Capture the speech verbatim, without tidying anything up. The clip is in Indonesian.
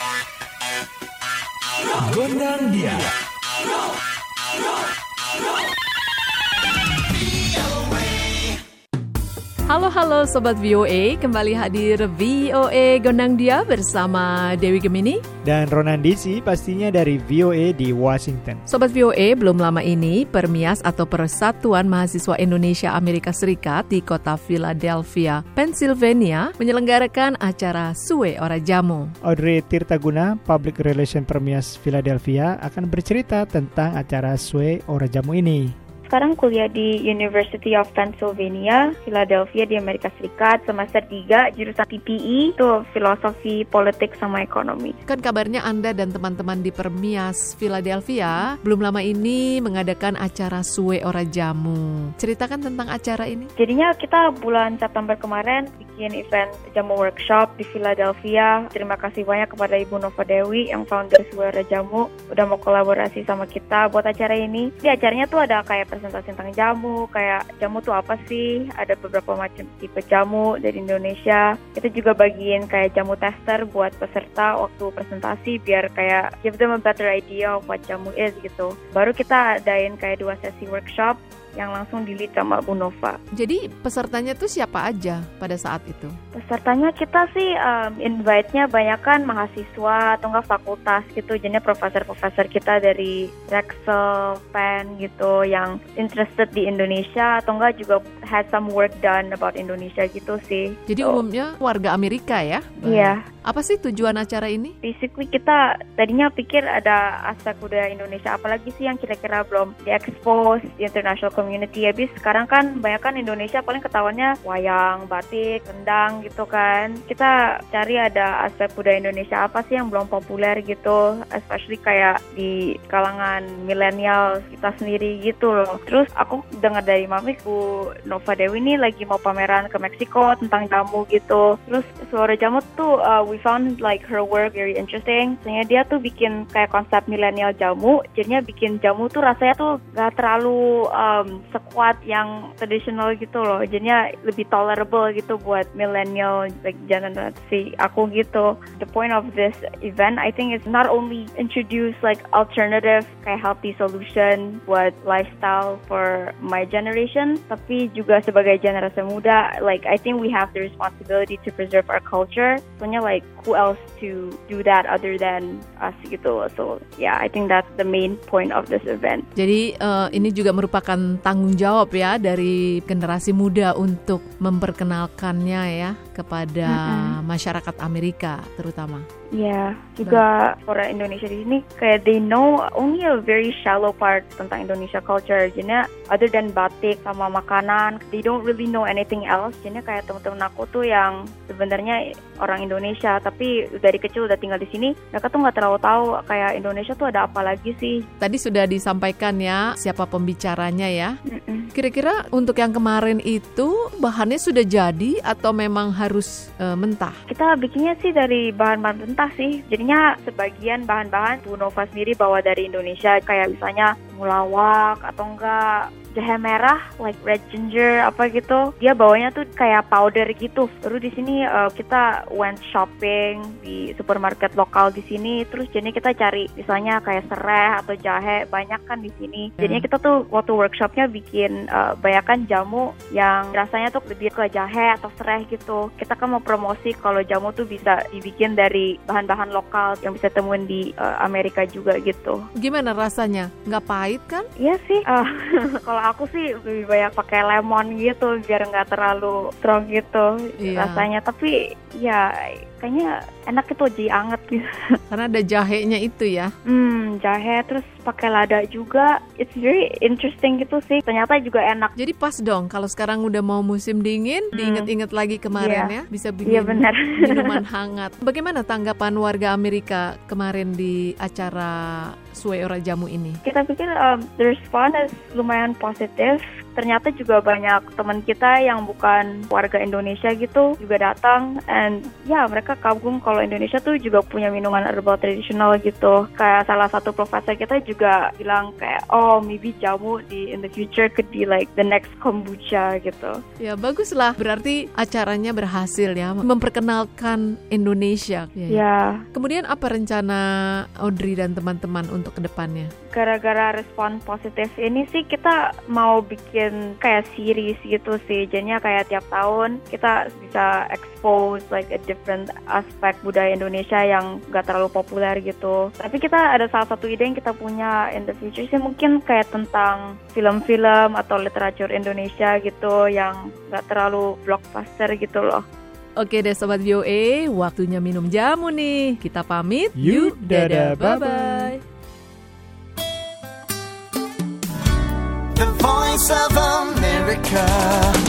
Gondang dia. Halo-halo Sobat V O A, kembali hadir V O A Gondang Dia bersama Dewi Gemini dan Ronan Disi, pastinya dari V O A di Washington. Sobat V O A, belum lama ini Permias atau Persatuan Mahasiswa Indonesia Amerika Serikat di kota Philadelphia, Pennsylvania menyelenggarakan acara Suwe Ora Jamu. Audrey Tirtaguna, Public Relation Permias Philadelphia, akan bercerita tentang acara Suwe Ora Jamu ini. Sekarang kuliah di University of Pennsylvania, Philadelphia di Amerika Serikat, semester tiga, jurusan P P E, itu filosofi, politik, sama ekonomi. Kan kabarnya Anda dan teman-teman di Permias Philadelphia belum lama ini mengadakan acara Suwe Ora Jamu. Ceritakan tentang acara ini. Jadinya kita bulan September kemarin bikin event jamu workshop di Philadelphia. Terima kasih banyak kepada Ibu Nova Dewi yang founder Suwe Ora Jamu udah mau kolaborasi sama kita buat acara ini. Di acaranya tuh ada kayak presentasi tentang jamu, kayak jamu tuh apa sih, ada beberapa macam tipe jamu dari Indonesia. Kita juga bagiin kayak jamu tester buat peserta waktu presentasi biar kayak give them a better idea of what jamu is gitu. Baru kita adain kayak dua sesi workshop yang langsung di-lead sama Bu Nova. Jadi pesertanya tuh siapa aja pada saat itu? Pesertanya kita sih um, invite-nya banyak kan mahasiswa atau enggak fakultas gitu. Jadinya profesor-profesor kita dari Drexel, Penn gitu yang interested di Indonesia atau enggak juga had some work done about Indonesia gitu sih. Jadi so, umumnya warga Amerika ya? Iya. Apa sih tujuan acara ini? Basically kita tadinya pikir ada aspek budaya Indonesia, apalagi sih yang kira-kira belum di-expose di international community. Habis sekarang kan banyak kan Indonesia paling ketahuannya wayang, batik, rendang gitu kan. Kita cari ada aspek budaya Indonesia apa sih yang belum populer gitu, especially kayak di kalangan milenial kita sendiri gitu loh. Terus aku dengar dari Mami, Bu Nova Dewi ini lagi mau pameran ke Meksiko tentang jamu gitu. Terus Suara Jamu tuh uh, we found like her work very interesting. Soalnya dia tuh bikin kayak konsep milenial jamu, jadinya bikin jamu tuh rasanya tuh gak terlalu um, sekuat yang tradisional gitu loh. Jadinya lebih tolerable gitu buat millennial like generasi aku gitu. The point of this event I think is not only introduce like alternative kayak healthy solution buat lifestyle for my generation, tapi juga sebagai generasi muda, like I think we have the responsibility to preserve our culture. Soalnya like who else to do that other than us gitu. So yeah, I think that's the main point of this event. Jadi uh, ini juga merupakan tanggung jawab ya dari generasi muda untuk memperkenalkannya ya kepada mm-hmm. masyarakat Amerika terutama. Ya, yeah, juga orang Indonesia di sini kayak they know only a very shallow part tentang Indonesia culture. Jadinya other than batik sama makanan, they don't really know anything else. Jadinya kayak teman-teman aku tuh yang sebenarnya orang Indonesia tapi dari kecil udah tinggal di sini, mereka tuh nggak terlalu tahu kayak Indonesia tuh ada apa lagi sih. Tadi sudah disampaikan ya siapa pembicaranya ya. Mm-mm. Kira-kira untuk yang kemarin itu bahannya sudah jadi atau memang harus e, mentah? Kita bikinnya sih dari bahan-bahan mentah sih. Jadinya sebagian bahan-bahan Bu Nova sendiri bawa dari Indonesia kayak misalnya mulawak atau enggak jahe merah like red ginger apa gitu. Dia bawanya tuh kayak powder gitu. Terus di sini uh, kita went shopping di supermarket lokal di sini. Terus jadinya kita cari misalnya kayak serai atau jahe, banyak kan di sini. Jadinya kita tuh waktu workshopnya bikin uh, banyakan jamu yang rasanya tuh lebih ke jahe atau serai gitu. Kita kan mau promosi kalau jamu tuh bisa dibikin dari bahan-bahan lokal yang bisa temuin di uh, Amerika juga gitu. Gimana rasanya? Nggak pahit kan? Iya sih. Uh, kalau aku sih lebih banyak pakai lemon gitu biar nggak terlalu strong gitu iya. rasanya. Tapi ya kayaknya enak itu jadi anget gitu. Karena ada jahenya itu ya. Hmm, jahe terus pakai lada juga. It's very interesting gitu sih. Ternyata juga enak. Jadi pas dong kalau sekarang udah mau musim dingin, hmm. diinget-inget lagi kemarin yeah. ya, bisa bikin yeah, benar. minuman hangat. Bagaimana tanggapan warga Amerika kemarin di acara Suwe Ora Jamu ini? Kita pikir um, the response is lumayan positif. ternyata juga banyak teman kita yang bukan warga Indonesia gitu juga datang, and ya mereka kagum kalau Indonesia tuh juga punya minuman herbal tradisional gitu. Kayak salah satu profesor kita juga bilang kayak, oh maybe jamu di in the future could be like the next kombucha gitu. Ya baguslah, berarti acaranya berhasil ya memperkenalkan Indonesia. Ya. Ya. Kemudian apa rencana Audrey dan teman-teman untuk kedepannya? Gara-gara respon positif ini sih kita mau bikin kayak series gitu sih. Jadinya kayak tiap tahun kita bisa expose like a different aspek budaya Indonesia yang gak terlalu populer gitu. Tapi kita ada salah satu ide yang kita punya in the future sih, mungkin kayak tentang film-film atau literatur Indonesia gitu yang gak terlalu blockbuster gitu loh. Oke deh Sobat V O A, waktunya minum jamu nih. Kita pamit. Yuk, dadah, bye-bye. The Voice of America.